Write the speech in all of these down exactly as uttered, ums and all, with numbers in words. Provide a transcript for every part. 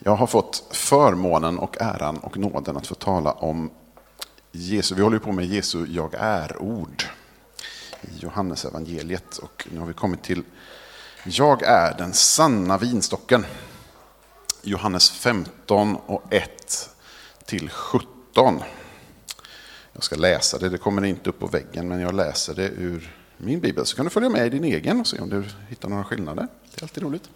Jag har fått förmånen och äran och nåden att få tala om Jesu. Vi håller på med Jesu jag är-ord i Johannes evangeliet. Och nu har vi kommit till jag är den sanna vinstocken. Johannes femton och ett till sjutton. Jag ska läsa det, det kommer inte upp på väggen, men jag läser det ur min bibel. Så kan du följa med i din egen och se om du hittar några skillnader. Det är alltid roligt.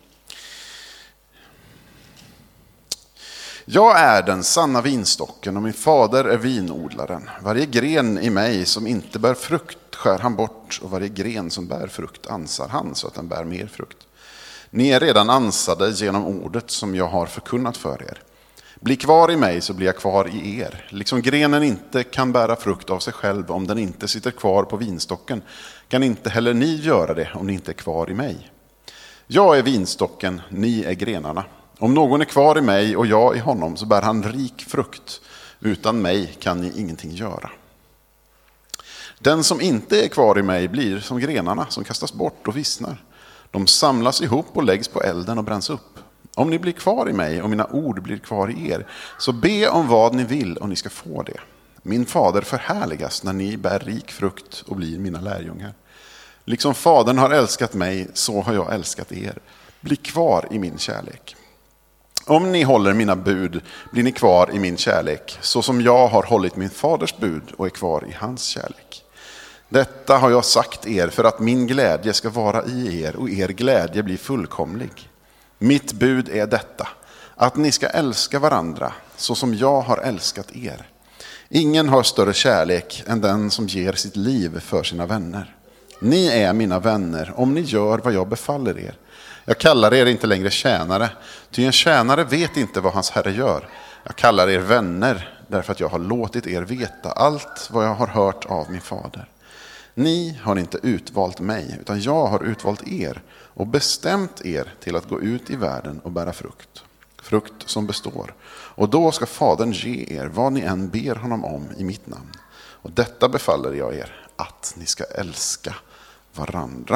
Jag är den sanna vinstocken och min fader är vinodlaren. Varje gren i mig som inte bär frukt skär han bort, och varje gren som bär frukt ansar han så att den bär mer frukt. Ni är redan ansade genom ordet som jag har förkunnat för er. Bli kvar i mig så blir jag kvar i er. Liksom grenen inte kan bära frukt av sig själv om den inte sitter kvar på vinstocken, kan inte heller ni göra det om ni inte är kvar i mig. Jag är vinstocken, ni är grenarna. Om någon är kvar i mig och jag i honom så bär han rik frukt. Utan mig kan ni ingenting göra. Den som inte är kvar i mig blir som grenarna som kastas bort och vissnar. De samlas ihop och läggs på elden och bränns upp. Om ni blir kvar i mig och mina ord blir kvar i er, så be om vad ni vill och ni ska få det. Min fader förhärligas när ni bär rik frukt och blir mina lärjungar. Liksom fadern har älskat mig, så har jag älskat er. Bli kvar i min kärlek. Om ni håller mina bud blir ni kvar i min kärlek, så som jag har hållit min faders bud och är kvar i hans kärlek. Detta har jag sagt er för att min glädje ska vara i er och er glädje blir fullkomlig. Mitt bud är detta, att ni ska älska varandra så som jag har älskat er. Ingen har större kärlek än den som ger sitt liv för sina vänner. Ni är mina vänner om ni gör vad jag befaller er. Jag kallar er inte längre tjänare, ty en tjänare vet inte vad hans herre gör. Jag kallar er vänner därför att jag har låtit er veta allt vad jag har hört av min fader. Ni har inte utvalt mig, utan jag har utvalt er och bestämt er till att gå ut i världen och bära frukt. Frukt som består. Och då ska fadern ge er vad ni än ber honom om i mitt namn. Och detta befaller jag er, att ni ska älska varandra.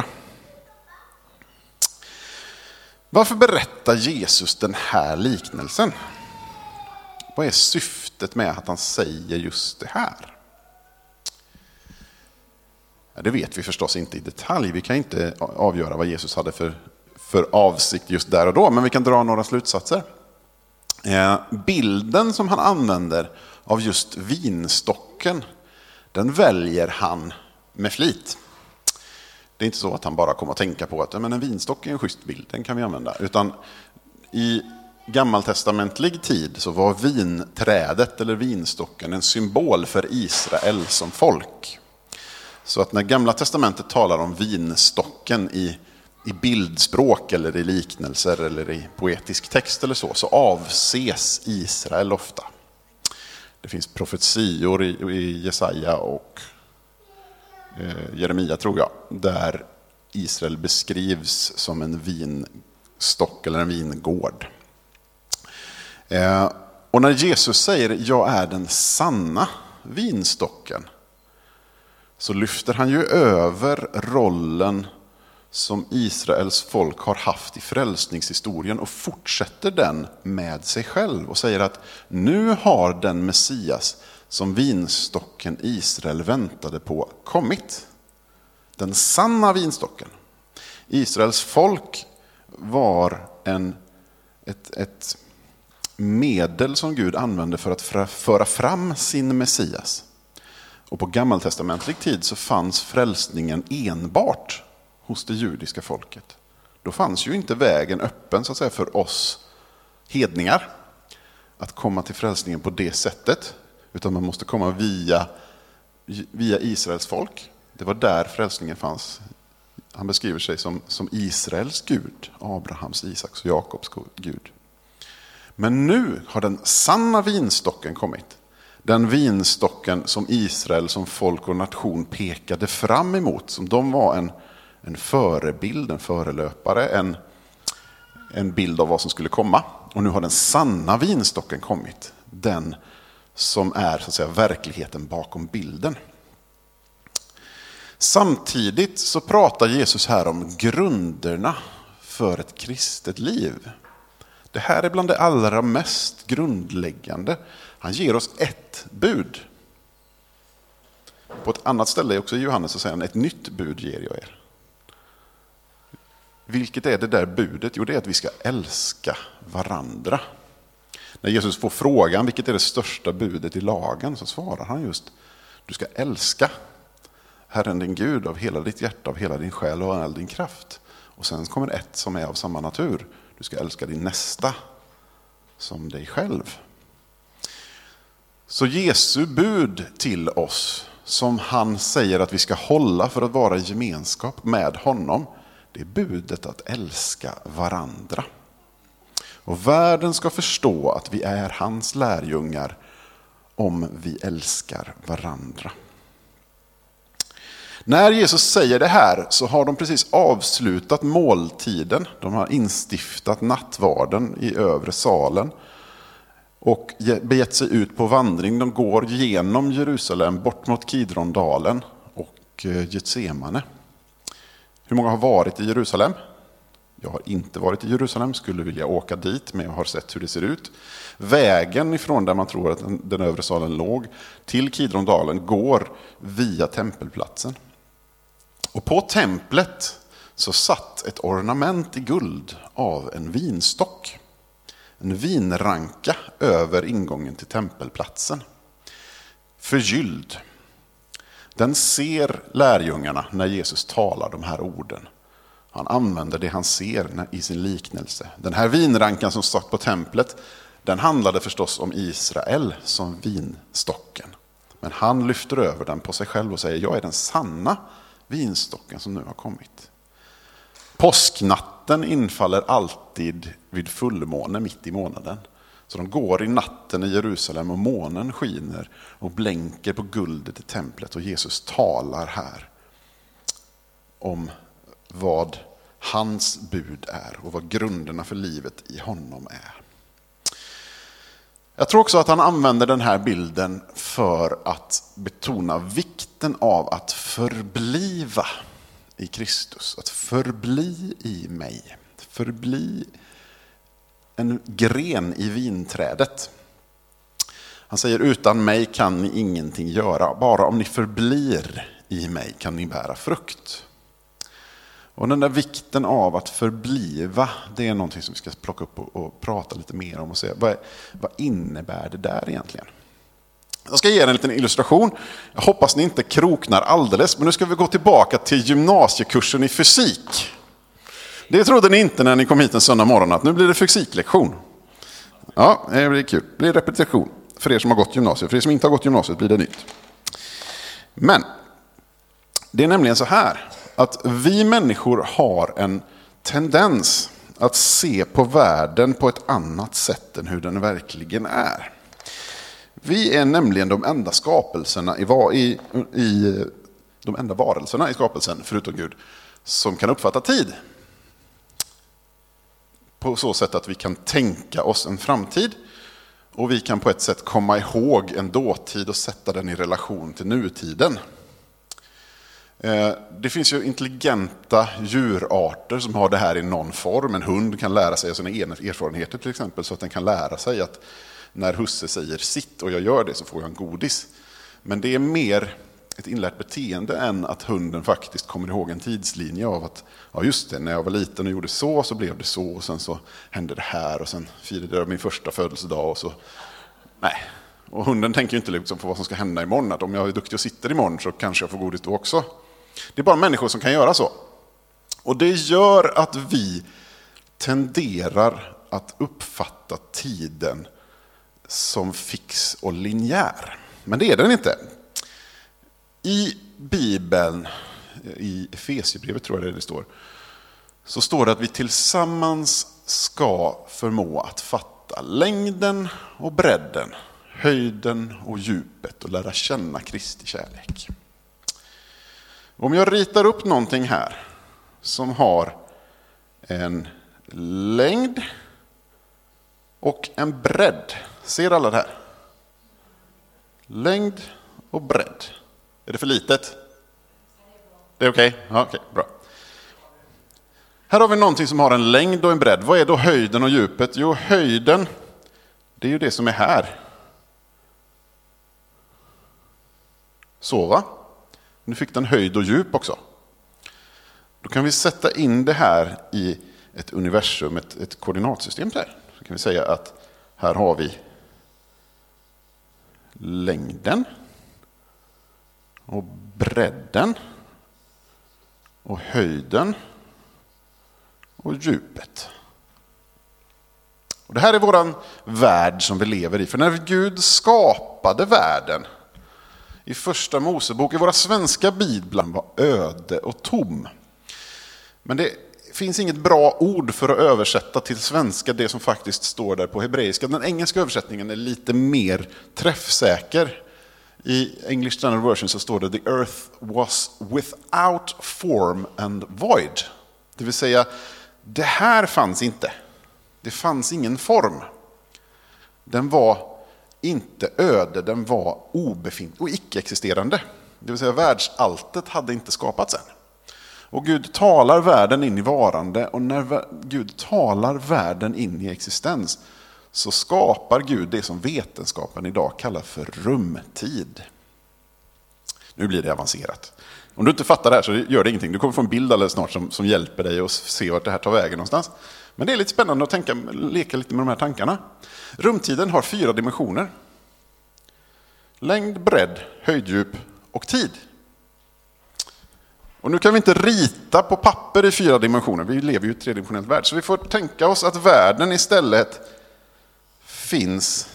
Varför berättar Jesus den här liknelsen? Vad är syftet med att han säger just det här? Ja, det vet vi förstås inte i detalj. Vi kan inte avgöra vad Jesus hade för, för avsikt just där och då, men vi kan dra några slutsatser. Eh, bilden som han använder av just vinstocken, den väljer han med flit. Det är inte så att han bara kommer att tänka på att men en vinstock är en schysst bild, den kan vi använda. Utan i gammaltestamentlig tid så var vinträdet eller vinstocken en symbol för Israel som folk. Så att när gamla testamentet talar om vinstocken i, i bildspråk eller i liknelser eller i poetisk text eller så, så avses Israel ofta. Det finns profetior i, i Jesaja och eh, Jeremia tror jag, där Israel beskrivs som en vinstock eller en vingård. Eh, och när Jesus säger jag är den sanna vinstocken, så lyfter han ju över rollen som Israels folk har haft i frälsningshistorien och fortsätter den med sig själv och säger att nu har den Messias som vinstocken Israel väntade på kommit. Den sanna vinstocken. Israels folk var en, ett, ett medel som Gud använde för att föra fram sin Messias. Och på gammaltestamentlig tid så fanns frälsningen enbart hos det judiska folket. Då fanns ju inte vägen öppen så att säga för oss hedningar att komma till frälsningen på det sättet. Utan man måste komma via, via Israels folk. Det var där frälsningen fanns. Han beskriver sig som, som Israels Gud, Abrahams, Isaks och Jakobs Gud. Men nu har den sanna vinstocken kommit. Den vinstocken som Israel som folk och nation pekade fram emot. Som de var en, en förebild, en förelöpare, en, en bild av vad som skulle komma. Och nu har den sanna vinstocken kommit. Den som är så att säga verkligheten bakom bilden. Samtidigt så pratar Jesus här om grunderna för ett kristet liv. Det här är bland det allra mest grundläggande. Han ger oss ett bud. På ett annat ställe också i Johannes så säger han, ett nytt bud ger jag er. Vilket är det där budet? Jo, det är att vi ska älska varandra. När Jesus får frågan, vilket är det största budet i lagen, så svarar han just, du ska älska Herren din Gud av hela ditt hjärta, av hela din själ och av all din kraft. Och sen kommer ett som är av samma natur. Du ska älska din nästa som dig själv. Så Jesu bud till oss, som han säger att vi ska hålla för att vara i gemenskap med honom, det är budet att älska varandra. Och världen ska förstå att vi är hans lärjungar om vi älskar varandra. När Jesus säger det här så har de precis avslutat måltiden. De har instiftat nattvarden i övre salen och begett sig ut på vandring. De går genom Jerusalem bort mot Kidrondalen och Getsemane. Hur många har varit i Jerusalem? Jag har inte varit i Jerusalem, skulle vilja åka dit, men jag har sett hur det ser ut. Vägen ifrån där man tror att den, den övre salen låg till Kidrondalen går via tempelplatsen. Och på templet så satt ett ornament i guld av en vinstock. En vinranka över ingången till tempelplatsen. Förgylld. Den ser lärjungarna när Jesus talar de här orden. Han använder det han ser i sin liknelse. Den här vinrankan som satt på templet, den handlade förstås om Israel som vinstocken. Men han lyfter över den på sig själv och säger, jag är den sanna vinstocken som nu har kommit. Påsknatten infaller alltid vid fullmåne mitt i månaden. Så de går i natten i Jerusalem och månen skiner och blänker på guldet i templet. Och Jesus talar här om vad hans bud är och vad grunderna för livet i honom är. Jag tror också att han använder den här bilden för att betona vikten av att förbliva i Kristus. Att förbli i mig. Förbli en gren i vinträdet. Han säger, utan mig kan ni ingenting göra. Bara om ni förblir i mig kan ni bära frukt. Och den där vikten av att förbliva, det är någonting som vi ska plocka upp och, och prata lite mer om och se. Vad, vad innebär det där egentligen? Jag ska ge er en liten illustration. Jag hoppas ni inte kroknar alldeles, men nu ska vi gå tillbaka till gymnasiekursen i fysik. Det trodde ni inte när ni kom hit en söndag morgon, att nu blir det fysiklektion. Ja, det blir kul. Det blir repetition för er som har gått gymnasiet. För er som inte har gått gymnasiet blir det nytt. Men det är nämligen så här att vi människor har en tendens att se på världen på ett annat sätt än hur den verkligen är. Vi är nämligen de enda skapelserna i, i, i de enda varelserna i skapelsen, förutom Gud, som kan uppfatta tid. På så sätt att vi kan tänka oss en framtid och vi kan på ett sätt komma ihåg en dåtid och sätta den i relation till nutiden. Det finns ju intelligenta djurarter som har det här i någon form. En hund kan lära sig av sina egna erfarenheter till exempel, så att den kan lära sig att när husse säger sitt och jag gör det så får jag en godis. Men det är mer ett inlärt beteende än att hunden faktiskt kommer ihåg en tidslinje av att ja just det, när jag var liten och gjorde så så blev det så och sen så hände det här och sen firade jag min första födelsedag och så nej. Och hunden tänker ju inte liksom på vad som ska hända imorgon, att om jag är duktig och sitter imorgon så kanske jag får godis då också. Det är bara människor som kan göra så. Och det gör att vi tenderar att uppfatta tiden som fix och linjär. Men det är den inte. I Bibeln, i Efesierbrevet tror jag det står, så står det att vi tillsammans ska förmå att fatta längden och bredden, höjden och djupet och lära känna Kristi kärlek. Om jag ritar upp någonting här som har en längd och en bredd. Ser alla det här? Längd och bredd. Är det för litet? Det är okej? Okay? Ja, okej, okay, bra. Här har vi någonting som har en längd och en bredd. Vad är då höjden och djupet? Jo, höjden, det är ju det som är här. Så va? Nu fick den höjd och djup också. Då kan vi sätta in det här i ett universum, ett, ett koordinatsystem där. Så kan vi säga att här har vi längden och bredden och höjden och djupet. Och det här är våran värld som vi lever i. För när Gud skapade världen i första Mosebok, i våra svenska biblar, var öde och tom. Men det finns inget bra ord för att översätta till svenska det som faktiskt står där på hebreiska. Den engelska översättningen är lite mer träffsäker. I English Standard Version så står det The earth was without form and void. Det vill säga, det här fanns inte. Det fanns ingen form. Den var inte öde, den var obefintlig och icke-existerande. Det vill säga, världsalltet hade inte skapats än. Och Gud talar världen in i varande, och när Gud talar världen in i existens så skapar Gud det som vetenskapen idag kallar för rumtid. Nu blir det avancerat. Om du inte fattar det här så gör det ingenting. Du kommer få en bild alldeles snart som, som hjälper dig att se vart det här tar vägen någonstans. Men det är lite spännande att tänka, leka lite med de här tankarna. Rumtiden har fyra dimensioner. Längd, bredd, höjddjup och tid. Och nu kan vi inte rita på papper i fyra dimensioner. Vi lever ju i ett tredimensionellt värld. Så vi får tänka oss att världen istället finns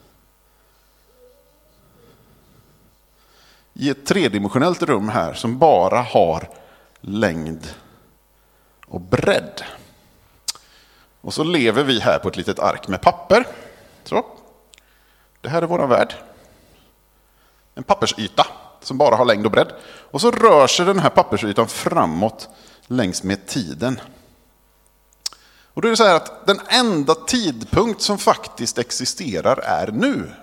i ett tredimensionellt rum här som bara har längd och bredd. Och så lever vi här på ett litet ark med papper. Så. Det här är vår värld. En pappersyta som bara har längd och bredd. Och så rör sig den här pappersytan framåt längs med tiden. Och då är det så här att den enda tidpunkt som faktiskt existerar är nu.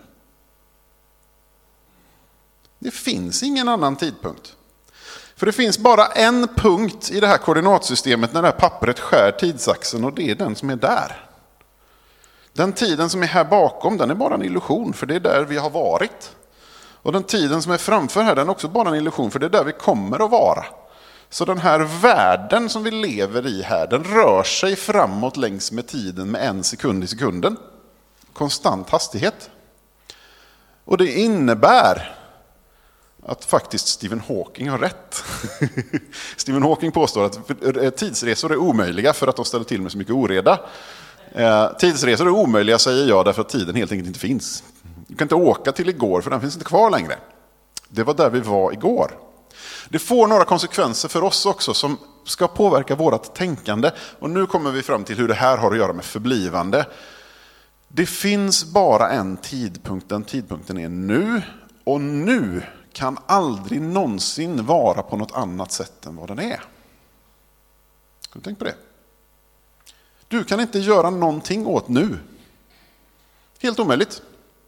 Det finns ingen annan tidpunkt. För det finns bara en punkt i det här koordinatsystemet när det här pappret skär tidsaxeln, och det är den som är där. Den tiden som är här bakom, den är bara en illusion, för det är där vi har varit. Och den tiden som är framför här, den är också bara en illusion, för det är där vi kommer att vara. Så den här världen som vi lever i här, den rör sig framåt längs med tiden med en sekund i sekunden. Konstant hastighet. Och det innebär att faktiskt Stephen Hawking har rätt. Stephen Hawking påstår att tidsresor är omöjliga för att de ställer till med så mycket oreda. Eh, tidsresor är omöjliga, säger jag, därför att tiden helt enkelt inte finns. Du kan inte åka till igår, för den finns inte kvar längre. Det var där vi var igår. Det får några konsekvenser för oss också som ska påverka vårt tänkande. Och nu kommer vi fram till hur det här har att göra med förblivande. Det finns bara en tidpunkt, den tidpunkten är nu. Och nu kan aldrig någonsin vara på något annat sätt än vad den är. Ska du tänka på det? Du kan inte göra någonting åt nu. Helt omöjligt.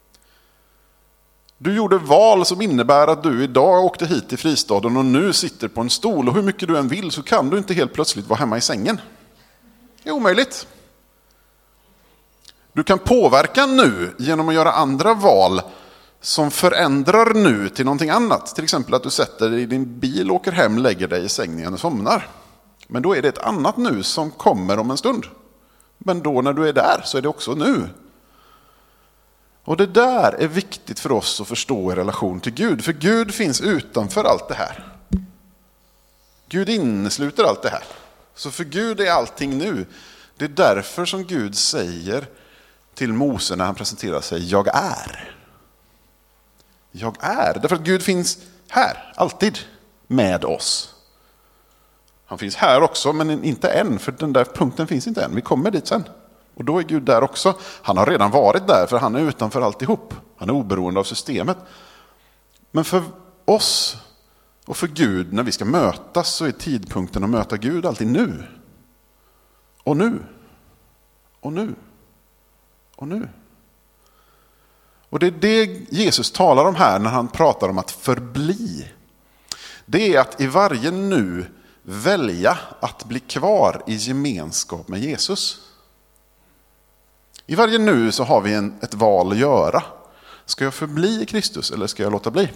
Du gjorde val som innebär att du idag åkte hit till fristaden och nu sitter på en stol. Och hur mycket du än vill så kan du inte helt plötsligt vara hemma i sängen. Det är omöjligt. Du kan påverka nu genom att göra andra val som förändrar nu till någonting annat. Till exempel att du sätter dig i din bil, åker hem, lägger dig i sängen och somnar. Men då är det ett annat nu som kommer om en stund. Men då när du är där så är det också nu. Och det där är viktigt för oss att förstå i relation till Gud. För Gud finns utanför allt det här. Gud innesluter allt det här. Så för Gud är allting nu. Det är därför som Gud säger till Mose när han presenterar sig: jag är. Jag är. Därför att Gud finns här, alltid, med oss. Han finns här också, men inte än. För den där punkten finns inte än. Vi kommer dit sen. Och då är Gud där också. Han har redan varit där, för han är utanför alltihop. Han är oberoende av systemet. Men för oss och för Gud, när vi ska mötas, så är tidpunkten att möta Gud alltid nu. Och nu. Och nu. Och nu. Och det är det Jesus talar om här när han pratar om att förbli. Det är att i varje nu välja att bli kvar i gemenskap med Jesus. I varje nu så har vi en, ett val att göra. Ska jag förbli i Kristus eller ska jag låta bli?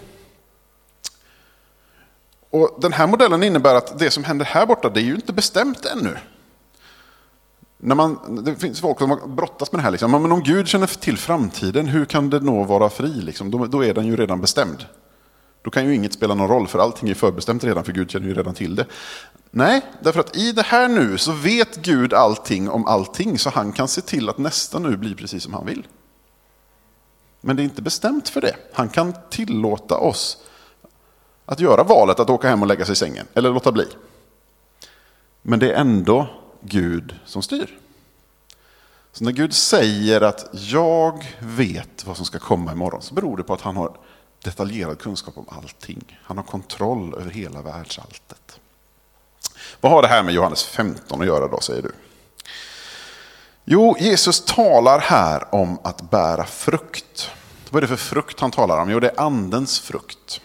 Och den här modellen innebär att det som händer här borta, det är ju inte bestämt ännu. När man, det finns folk som har brottats med det här. Liksom. Men om Gud känner till framtiden, hur kan det nå vara fri? Liksom? Då, då är den ju redan bestämd. Då kan ju inget spela någon roll, för allting är förbestämt redan, för Gud känner ju redan till det. Nej, därför att i det här nu så vet Gud allting om allting, så han kan se till att nästa nu blir precis som han vill. Men det är inte bestämt för det. Han kan tillåta oss att göra valet att åka hem och lägga sig i sängen, eller låta bli. Men det är ändå Gud som styr. Så när Gud säger att jag vet vad som ska komma imorgon, så beror det på att han har detaljerad kunskap om allting. Han har kontroll över hela världsalltet. Vad har det här med Johannes femton att göra då, säger du? Jo, Jesus talar här om att bära frukt. Vad är det för frukt han talar om? Jo, det är andens frukt.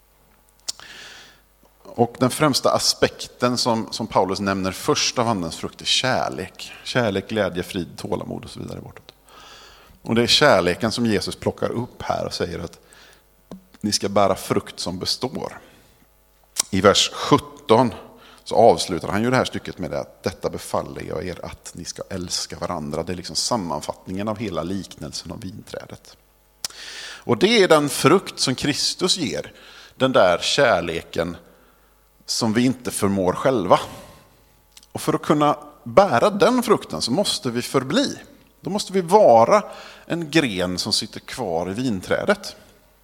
Och den främsta aspekten som, som Paulus nämner först av andens frukt är kärlek. Kärlek, glädje, frid, tålamod och så vidare bortåt. Och det är kärleken som Jesus plockar upp här och säger att ni ska bära frukt som består. I vers sjutton så avslutar han ju det här stycket med det att detta befaller jag er att ni ska älska varandra. Det är liksom sammanfattningen av hela liknelsen om vinträdet. Och det är den frukt som Kristus ger. Den där kärleken som vi inte förmår själva. Och för att kunna bära den frukten så måste vi förbli. Då måste vi vara en gren som sitter kvar i vinträdet.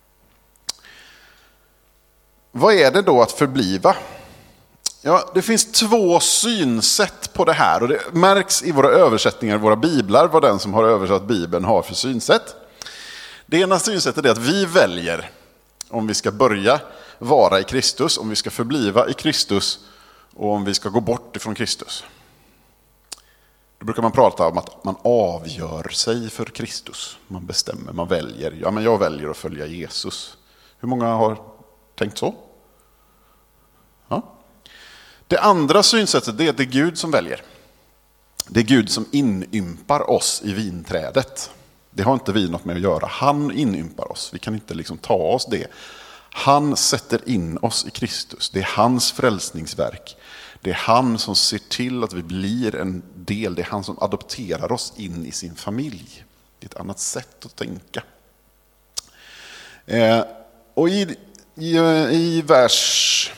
Vad är det då att förbliva? Ja, det finns två synsätt på det här, och det märks i våra översättningar i våra biblar vad den som har översatt Bibeln har för synsätt. Det ena synsättet är att vi väljer om vi ska börja vara i Kristus, om vi ska förbliva i Kristus och om vi ska gå bort ifrån Kristus. Då brukar man prata om att man avgör sig för Kristus. Man bestämmer, man väljer. Ja, men jag väljer att följa Jesus. Hur många har tänkt så? Ja. Det andra synsättet är att det är Gud som väljer. Det är Gud som inympar oss i vinträdet. Det har inte vi något med att göra. Han inympar oss. Vi kan inte liksom ta oss det. Han sätter in oss i Kristus. Det är hans frälsningsverk. Det är han som ser till att vi blir en del. Det är han som adopterar oss in i sin familj. Det är ett annat sätt att tänka. Eh, och i, i, i vers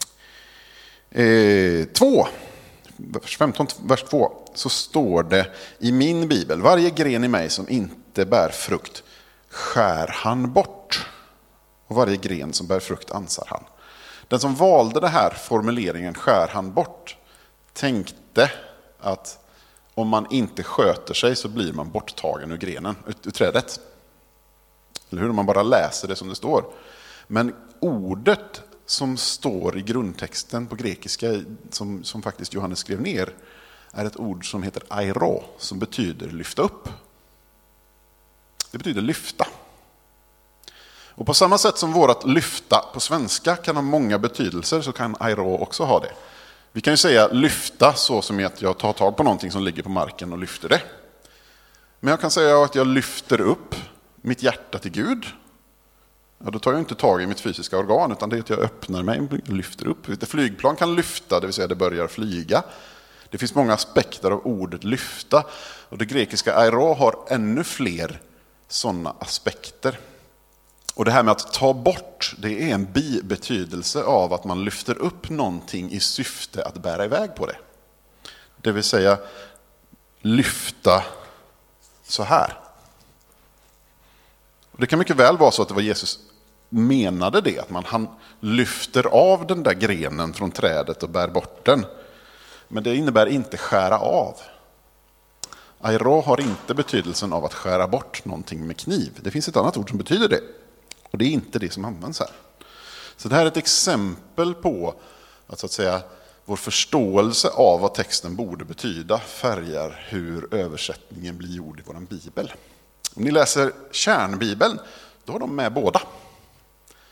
eh, två, vers femton, vers två, så står det i min bibel: varje gren i mig som inte bär frukt skär han bort. Och varje gren som bär frukt ansar han. Den som valde den här formuleringen skär han bort tänkte att om man inte sköter sig så blir man borttagen ur grenen, ur trädet. Eller hur? Om man bara läser det som det står. Men ordet som står i grundtexten på grekiska, som, som faktiskt Johannes skrev ner, är ett ord som heter airo, som betyder lyfta upp. Det betyder lyfta. Och på samma sätt som vårat lyfta på svenska kan ha många betydelser, så kan airo också ha det. Vi kan ju säga lyfta så som att jag tar tag på någonting som ligger på marken och lyfter det. Men jag kan säga att jag lyfter upp mitt hjärta till Gud. Ja, då tar jag inte tag i mitt fysiska organ, utan det är att jag öppnar mig och lyfter upp. Ett flygplan kan lyfta, det vill säga det börjar flyga. Det finns många aspekter av ordet lyfta. Och det grekiska airo har ännu fler sådana aspekter. Och det här med att ta bort, det är en bibetydelse av att man lyfter upp någonting i syfte att bära iväg på det. Det vill säga lyfta så här. Och det kan mycket väl vara så att det var Jesus menade det, att man han lyfter av den där grenen från trädet och bär bort den. Men det innebär inte skära av. Airo har inte betydelsen av att skära bort någonting med kniv. Det finns ett annat ord som betyder det. Och det är inte det som används här. Så det här är ett exempel på att, så att säga, vår förståelse av vad texten borde betyda färgar hur översättningen blir gjord i vår bibel. Om ni läser kärnbibeln, då har de med båda.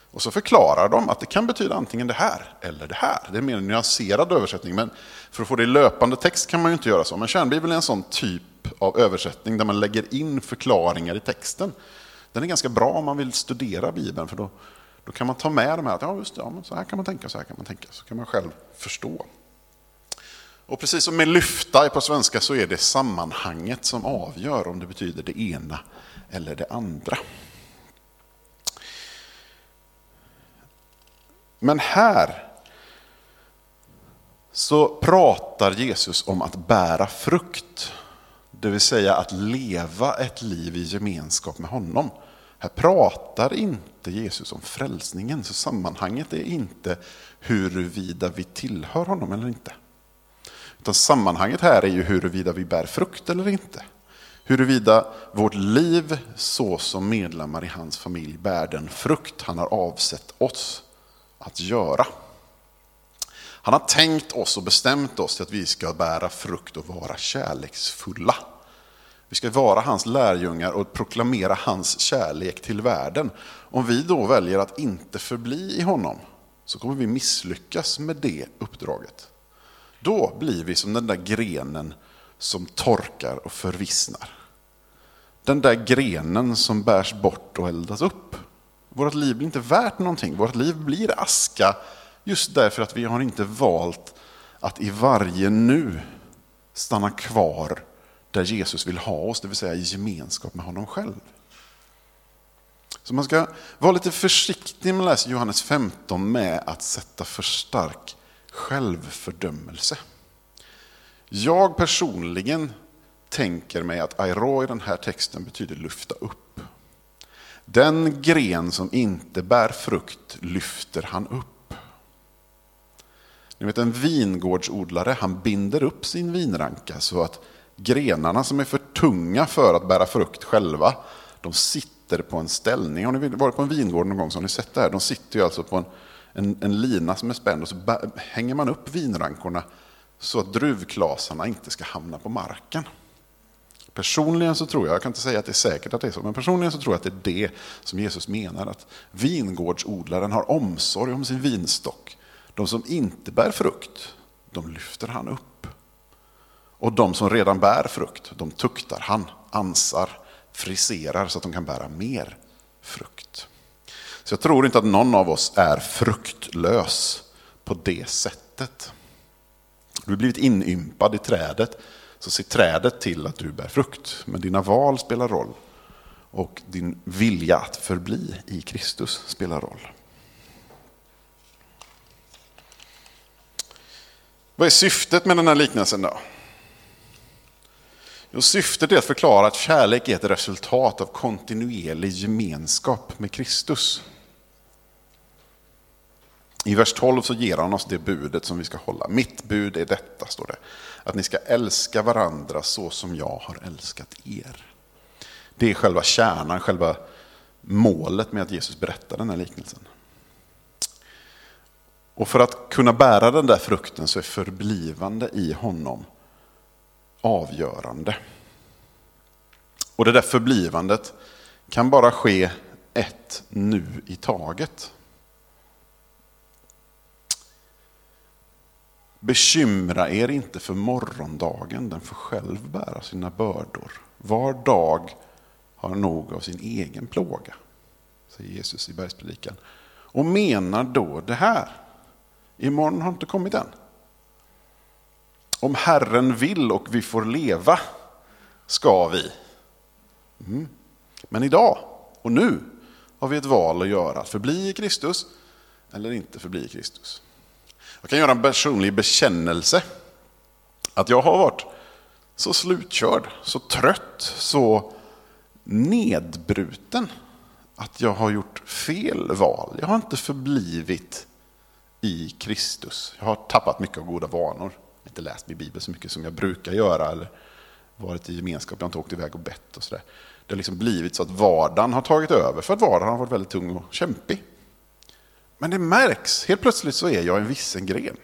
Och så förklarar de att det kan betyda antingen det här eller det här. Det är mer en nyanserad översättning, men för att få det i löpande text kan man ju inte göra så. Men Kärnbibeln är en sån typ av översättning där man lägger in förklaringar i texten. Den är ganska bra om man vill studera Bibeln, för då, då kan man ta med de här, att ja, just det, ja, men så här kan man tänka, så här kan man tänka, så kan man själv förstå. Och precis som med lyfta på svenska så är det sammanhanget som avgör om det betyder det ena eller det andra. Men här så pratar Jesus om att bära frukt. Det vill säga att leva ett liv i gemenskap med honom. Här pratar inte Jesus om frälsningen, så sammanhanget är inte huruvida vi tillhör honom eller inte. Utan sammanhanget här är ju huruvida vi bär frukt eller inte. Huruvida vårt liv så som medlemmar i hans familj bär den frukt han har avsett oss att göra. Han har tänkt oss och bestämt oss till att vi ska bära frukt och vara kärleksfulla. Vi ska vara hans lärjungar och proklamera hans kärlek till världen. Om vi då väljer att inte förbli i honom så kommer vi misslyckas med det uppdraget. Då blir vi som den där grenen som torkar och förvissnar. Den där grenen som bärs bort och eldas upp. Vårt liv blir inte värt någonting. Vårt liv blir aska just därför att vi har inte valt att i varje nu stanna kvar där Jesus vill ha oss, det vill säga i gemenskap med honom själv. Så man ska vara lite försiktig med att läsa Johannes femton med att sätta för stark självfördömelse. Jag personligen tänker mig att airo i den här texten betyder lyfta upp. Den gren som inte bär frukt lyfter han upp. Ni vet, en vingårdsodlare, han binder upp sin vinranka så att grenarna som är för tunga för att bära frukt själva, de sitter på en ställning. Har ni varit på en vingård någon gång så har ni sett det här. De sitter ju alltså på en, en, en lina som är spänd och så bär, hänger man upp vinrankorna så att druvklasarna inte ska hamna på marken. Personligen så tror jag, jag kan inte säga att det är säkert att det är så, men personligen så tror jag att det är det som Jesus menar, att vingårdsodlaren har omsorg om sin vinstock. De som inte bär frukt, de lyfter han upp. Och de som redan bär frukt, de tuktar han, ansar, friserar så att de kan bära mer frukt. Så jag tror inte att någon av oss är fruktlös på det sättet. Du har blivit inympad i trädet, så ser trädet till att du bär frukt. Men dina val spelar roll. Och din vilja att förbli i Kristus spelar roll. Vad är syftet med den här liknelsen då? Jo, syftet är att förklara att kärlek är ett resultat av kontinuerlig gemenskap med Kristus. I vers tolv så ger han oss det budet som vi ska hålla. Mitt bud är detta, står det. Att ni ska älska varandra så som jag har älskat er. Det är själva kärnan, själva målet med att Jesus berättar den här liknelsen. Och för att kunna bära den där frukten så är förblivande i honom avgörande. Och det där förblivandet kan bara ske ett nu i taget. Bekymra er inte för morgondagen, den får själv bära sina bördor. Var dag har nog av sin egen plåga, säger Jesus i bergspredikan. Och menar då det här. Imorgon har inte kommit än. Om Herren vill och vi får leva ska vi. Mm. Men idag och nu har vi ett val att göra. Att förbli i Kristus eller inte förbli i Kristus. Jag kan göra en personlig bekännelse. Att jag har varit så slutkörd, så trött, så nedbruten. Att jag har gjort fel val. Jag har inte förblivit i Kristus. Jag har tappat mycket av goda vanor. Jag har inte läst min bibel så mycket som jag brukar göra. Eller varit i gemenskap, jag har inte åkt iväg och bett och sådär. Det har liksom blivit så att vardagen har tagit över. För att vardagen har varit väldigt tung och kämpig. Men det märks, helt plötsligt så är jag en vissen gren.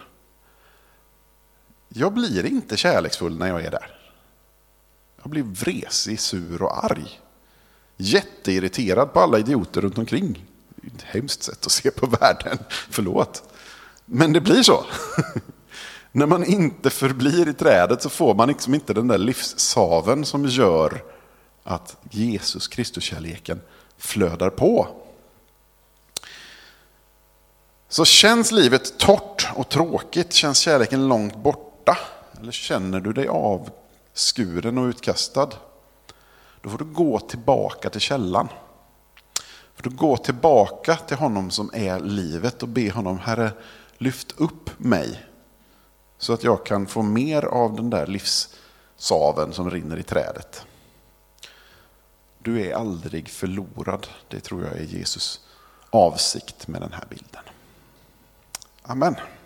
Jag blir inte kärleksfull när jag är där. Jag blir vresig, sur och arg. Jätteirriterad på alla idioter runt omkring. är ett hemskt sätt att se på världen. Förlåt. Men det blir så. När man inte förblir i trädet så får man liksom inte den där livssaven som gör att Jesus Kristus-kärleken flödar på. Så känns livet torrt och tråkigt? Känns kärleken långt borta? Eller känner du dig avskuren och utkastad? Då får du gå tillbaka till källan. För du går tillbaka till honom som är livet och be honom, Herre, lyft upp mig. Så att jag kan få mer av den där livssaven som rinner i trädet. Du är aldrig förlorad. Det tror jag är Jesus avsikt med den här bilden. Amen.